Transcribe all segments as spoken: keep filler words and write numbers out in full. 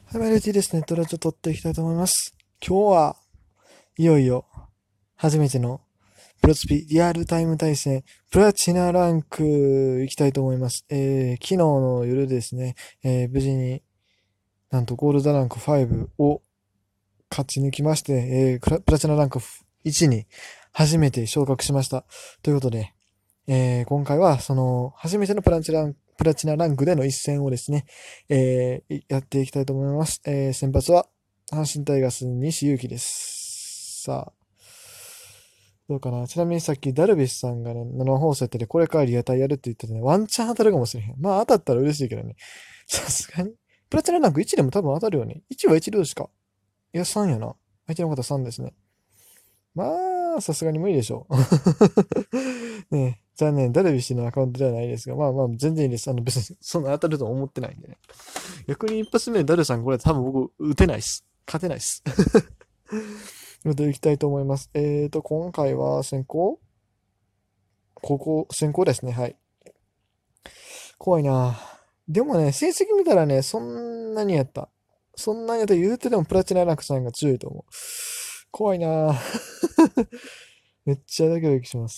はい、マイルティですね。トラちょっと撮っていきたいと思います。今日はいよいよ初めてのプロスピリアルタイム対戦プラチナランク行きたいと思います。えー、昨日の夜ですね、えー、無事になんとゴールドランクごを勝ち抜きまして、えー、プラプラチナランクいちに初めて昇格しました。ということで、えー、今回はその初めてのプラチナプラチナランクでの一戦をですね、えー、やっていきたいと思います。えー、先発は阪神タイガース西勇輝です。さあ、どうかな。ちなみにさっきダルビッシュさんがね、生放送やったり、これからリアタイやるって言っててね、ワンチャン当たるかもしれへん。まあ当たったら嬉しいけどね。さすがに。プラチナランクいちでも多分当たるよね。いちはいち同士か。いや、さんやな。相手の方さんですね。まあ、さすがに無理でしょう。ねえ、残念、ダルビッシュのアカウントではないですが、まあまあ、全然いいです。あの、別にそんな当たるとは思ってないんでね。逆に一発目でダルさん、これ多分僕、打てないっす。勝てないっす。ので、いきたいと思います。えーと、今回は先行ここ、先行ですね。はい。怖いな。でもね、成績見たらね、そんなにやった。そんなにやったら言うてでもプラチナランクさんが強いと思う。怖いな。めっちゃドキドキします。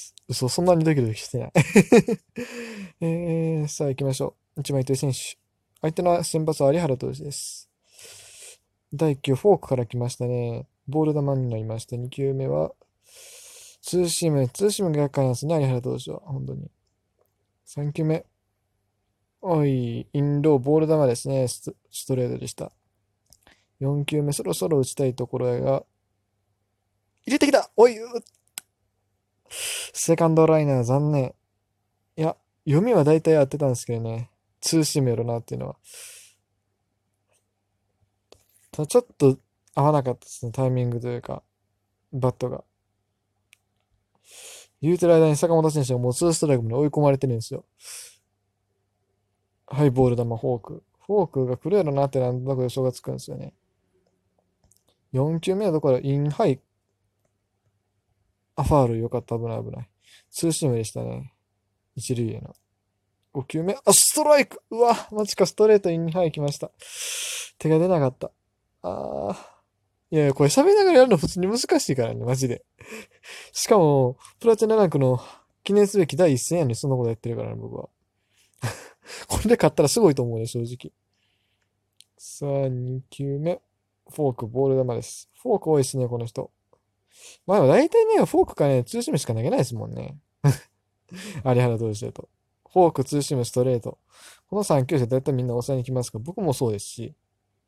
嘘、そんなにドキドキしてない。えー、さあ行きましょう。一枚手選手。相手の先発は有原投手です。だいいっ球フォークから来ましたね。ボール球になりました。に球目は、ツーシーム。ツーシームが厄介なんですね、有原投手は。本当に。さん球目。おい、インロー、ボール球ですね。ストストレートでした。よん球目、そろそろ打ちたいところやが、入れてきたおい、セカンドライナー残念。いや、読みは大体合ってたんですけどね。ツーシームやろなっていうのは。ただちょっと合わなかったですね。タイミングというか、バットが。言うてる間に坂本選手がもうツーストライクまで追い込まれてるんですよ。はい、ボール球、フォーク。フォークが来るやろなってなんとなく予想がつくんですよね。よん球目はだから、インハイ、アファールよかった、危ない危ない。ツーシームでしたね。一塁への。ご球目、あ、ストライクうわ、マジか、ストレートインハイ来ました。手が出なかった。あー。いやいや、これ喋りながらやるの普通に難しいからね、マジで。しかも、プラチナランクの記念すべき第一戦やのにそんなことやってるからね、僕は。これで勝ったらすごいと思うね、正直。さあ、に球目。フォーク、ボール球です。フォーク多いですね、この人。まあでも大体ね、フォークかね、ツーシームしか投げないですもんね。有原投手だと。フォーク、ツーシーム、ストレート。このさん球種だいたいみんな抑えに来ますから、僕もそうですし。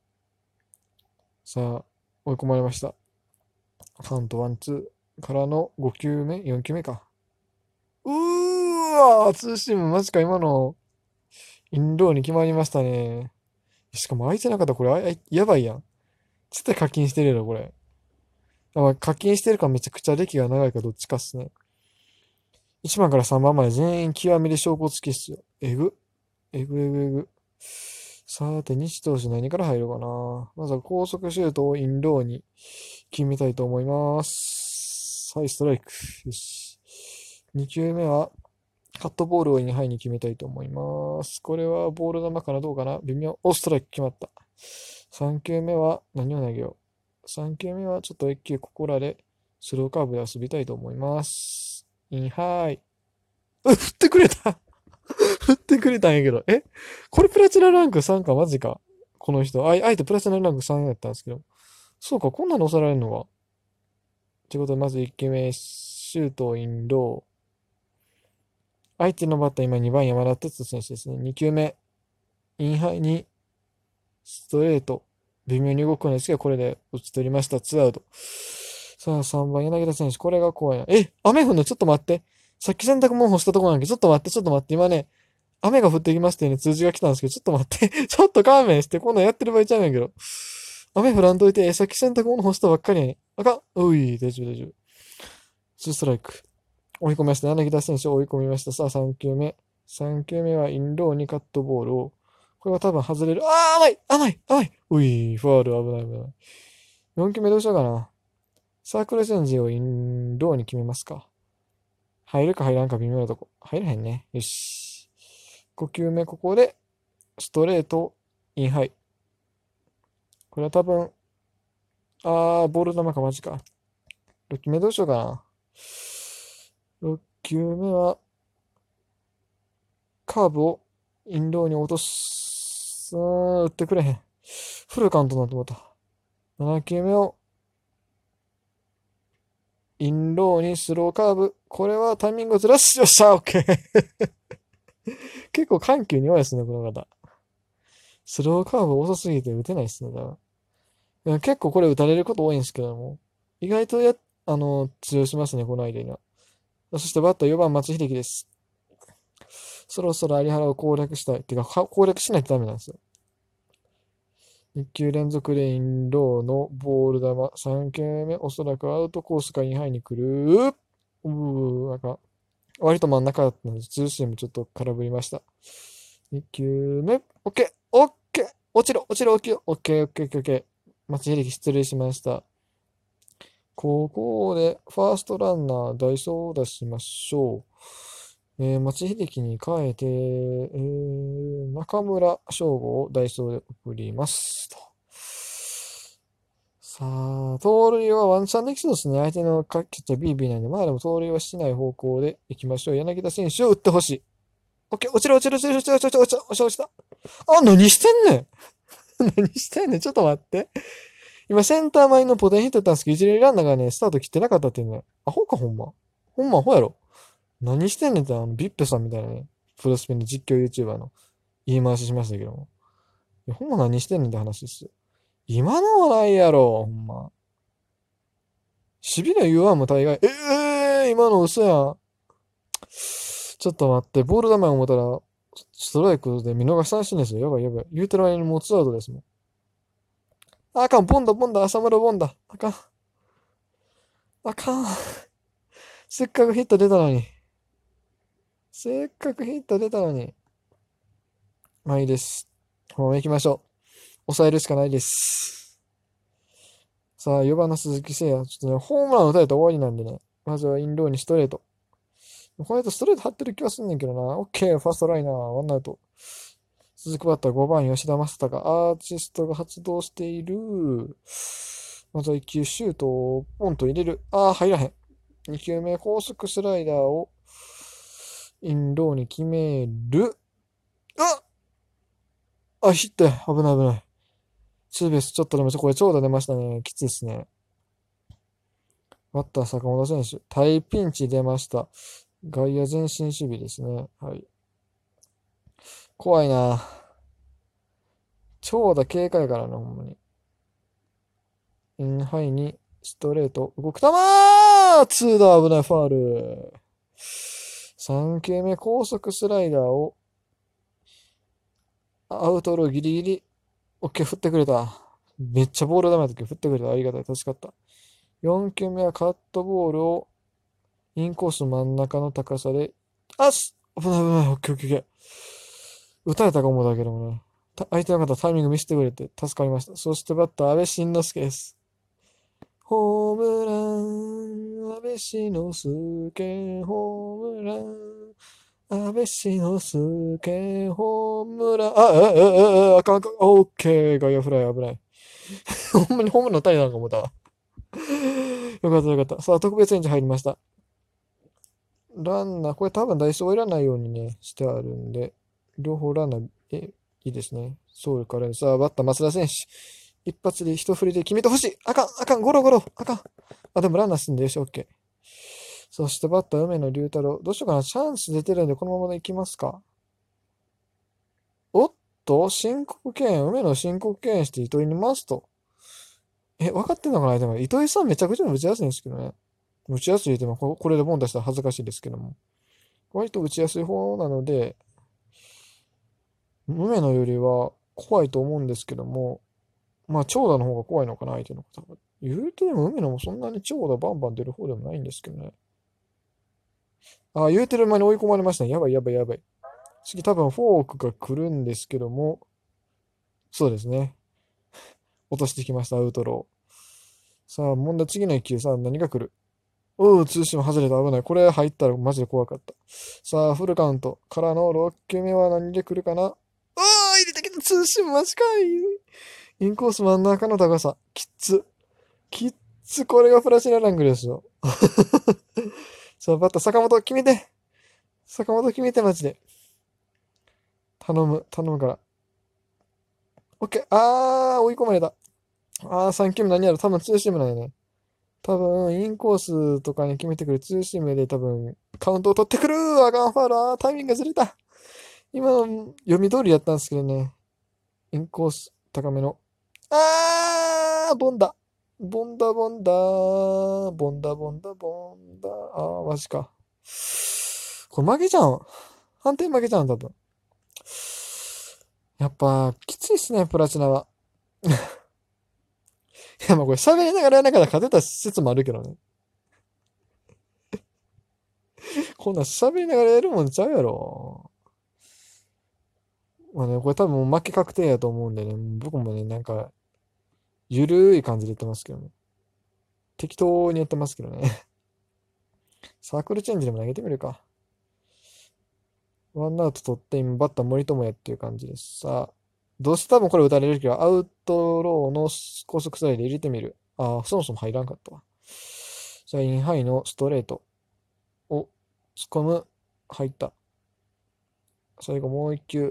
さあ、追い込まれました。カウントワン、ツーからのご球目、よん球目か。うーわー、ツーシーム、マジか、今の、インローに決まりましたね。しかも相手の方、これ、ああやばいやん。絶対課金してるやろ、これ。まあ、課金してるかめちゃくちゃ歴が長いかどっちかっすね。いちばんからさんばんまで全員極みで証拠付きっすよ。えぐ。えぐえぐえぐ。さて、西投手何から入るかな。まずは高速シュートをインローに決めたいと思います。はい、ストライク。よし。に球目はカットボールをインハイに決めたいと思います。これはボール球かなどうかな微妙。お、ストライク決まった。さん球目は何を投げよう。さん球目はちょっといっ球ここらでスローカーブで遊びたいと思います。インハイ。う、振ってくれた振ってくれたんやけど。えこれプラチナランクさんか、マジか。この人。あ、あえてプラチナランクさんやったんですけど。そうか、こんなの押されるのが。ってことで、まずいっ球目、シュートインロー。相手のバッター、今にばん山田哲人選手ですね。に球目、インハイにストレート。微妙に動くんですけど、これで打ち取りました。ツーアウト。さあ、さんばん柳田選手。これが怖いな。え、雨降んのちょっと待って。さっき洗濯物干したとこなんだけど、ちょっと待って、ちょっと待って。今ね、雨が降ってきましたよね。通知が来たんですけど、ちょっと待って。ちょっと勘弁して。こんなんやってる場合ちゃうねんけど。雨降らんといて、さっき洗濯物干したばっかりやねん。あかん。おい、大丈夫、大丈夫。ツーストライク。追い込みました。柳田選手を追い込みました。さあ、さん球目。さん球目はインローにカットボールを。これは多分外れる。あー、甘い甘い甘いうい、ファール、危ない危ない。よん球目どうしようかな。サークルチェンジをインローに決めますか。入るか入らんか微妙なとこ。入らへんね。よし。ご球目ここで、ストレート、インハイ。 これは多分、あー、ボール球か、マジか。ろっきゅうめどうしようかな。ろっきゅうめは、カーブをインローに落とす。うーん、打ってくれへん。フルカウントになって思った。ななきゅうめをインローにスローカーブ。これはタイミングをずらし、よっしゃ、オッケー。結構緩急に弱いですね、この方。スローカーブ遅すぎて打てないですね、多分。結構これ打たれること多いんですけども、意外とや、あの、通用しますね、この間には。そしてバッターよばん松秀樹です。そろそろ有原を攻略したい。てか、攻略しないとダメなんですよ。いっきゅう連続レインローのボール球。さん球目、おそらくアウトコースかインハイに来る。うー、なんか、割と真ん中だったので、ツーシームちょっと空振りました。に球目、オッケー、オッケー、落ちろ、落ちろ、落ちろ、オッケー、オッケー、オッケー、オッケー。松秀樹失礼しました。ここで、ファーストランナー、ダイソーを出しましょう。えー、松秀樹に変えて、えー、中村翔吾をダイソーで送りますと。さあ、盗塁はワンチャンできそうですね。相手のキャッチャー ビービー なんで、まあでも盗塁はしない方向で行きましょう。柳田選手を打ってほしい。オッケー、落ちる落ちる落ちる落ちる落ちる落ちる落ちる落ちた。あ、何してんねん。何してんねん。ちょっと待って。今、センター前のポテンヒットやったんですけど、一塁ランナーがね、スタート切ってなかったっていうね。アホか、ほんま。ほんまアホやろ。何してんねんって、あの、ビッペさんみたいなね、プロスペの実況 YouTuber の言い回ししましたけども。いやほんま何してんねんって話ですよ。今のはないやろ、ほんま。しびれ言わんも大概。ええー、今の嘘やん。ちょっと待って、ボール球を思ったら、ストライクで見逃し三振ですよ。やばいやばい。言うてる間にもうツーアウトですもん。ああかん、ボンだ、ボンだ、浅村ボンだ。あかん。あかん。せっかくヒット出たのに。せっかくヒット出たのに。まあいいです。もう行きましょう。抑えるしかないです。さあ、よばんの鈴木誠也。ちょっとね、ホームラン打たれたら終わりなんでね。まずはインローにストレート。この人ストレート張ってる気がすんねんけどな。オッケー、ファーストライナー、ワンアウト。続くバッターごばん吉田正尚。アーティストが発動している。まずはいっ球シュートをポンと入れる。ああ、入らへん。に球目高速スライダーをインローに決める。ああ、ヒットや。危ない危ない。ツーベースちょっとでも、これ長打出ましたね。きついですね。バッター坂本選手。大ピンチ出ました。外野前進守備ですね。はい。怖いな。長打警戒からな、ほんまに。インハイにストレート。動く球ーツーだ危ないファール。さん球目高速スライダーをアウトローギリギリ。オッケー振ってくれた。めっちゃボールダメな時振ってくれた。ありがたい。助かった。よん球目はカットボールをインコース真ん中の高さで、あっ危ない危ない。オッケーオッケーオッケー。打たれたかもだけどもね。相手の方タイミング見せてくれて助かりました。そしてバッター、安倍晋之助です。ホームラン、安倍晋之助、ホームラン、安倍晋之助、ホームラン、あ、あ、あ、あ、あかんあかん、オッケー、外野フライ危ない。ほんまにホームラン打たれたんか思ったわ。よかったよかった。さあ、特別演技入りました。ランナー、これ多分ダイソーいらないようにね、してあるんで、両方ランナー、え、いいですね。そうから、さあ、バッター、松田選手。一発で一振りで決めてほしい。あかん、あかん、ゴロゴロ、あかん。あ、でもランナー進んでよし、オッケー。そしてバッター、梅野龍太郎。どうしようかな。チャンス出てるんで、このままでいきますか。おっと、申告敬遠、梅野申告敬遠して糸井に回すと。え、分かってんのかな。でも、糸井さんめちゃくちゃ打ちやすいんですけどね。打ちやすいってもここれでボン出したら恥ずかしいですけども。割と打ちやすい方なので、梅野よりは怖いと思うんですけども、まあ、長打の方が怖いのかな、相手の方が。言うてでも梅野もそんなに長打バンバン出る方でもないんですけどね。あ、言うてる間に追い込まれましたね。やばいやばいやばい。次多分フォークが来るんですけども、そうですね。落としてきました、アウトロー。さあ、問題、次の一球、さあ、何が来る。おう、ツーシーム外れた、危ない。これ入ったらマジで怖かった。さあ、フルカウントからのろっ球目は何で来るかな。うわー、入れたけど、ツーシームマジかい。 インコース真ん中の高さ。きっつ。きっつ、これがプラチナラングですよ。さあ、バッター、坂本決めて。坂本決めて、マジで。頼む、頼むから。オッケー。あー、追い込まれた。あー、さん球目何やろ多分ツーシームなんやね。多分、インコースとかに決めてくるツーシームで多分、カウントを取ってくるあかんファウル。あータイミングがずれた。今の読み通りやったんですけどね。インコース高めの。あー、ボンダ。ボンダ、ボンダ、ボンダ、ボンダ、ボンダ。あー、マジか。これ負けちゃうん。判定負けちゃうん、多分。やっぱ、きついっすね、プラチナは。いや、まあこれ喋りながらやらながら勝てた説もあるけどね。こんなん喋りながらやるもんちゃうやろ。まあね、これ多分もう負け確定やと思うんでね、僕もね、なんか、ゆるい感じで言ってますけどね。適当にやってますけどね。サークルチェンジでも投げてみるか。ワンアウト取って、今バッター森友哉っていう感じです。さあ、どうせ多分これ打たれるけど、アウトローの高速スライで入れてみる。ああ、そもそも入らんかったわ。じゃあ、インハイのストレートを突っ込む。入った。最後もう一球。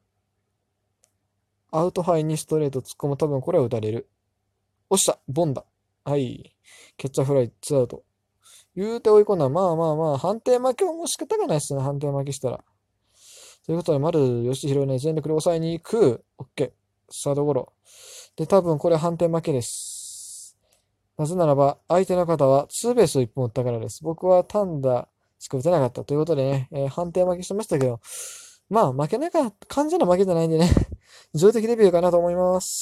アウトハイにストレート突っ込む。多分これは打たれる。押した。ボンだ。はい。キャッチャーフライ、ツーアウト。言うて追い込んだら、まあまあまあ、判定負けはもう仕方がないっすね。判定負けしたら。ということで、丸吉弘ね、全力で抑えに行く。オッケー。サードゴロ。で、多分これ判定負けです。なぜならば、相手の方はツーベースをいっぽん打ったからです。僕は単打しか打てなかったということでね、えー判定負けしましたけど、まあ負けなかった、完全な負けじゃないんでね、上出来デビューかなと思います。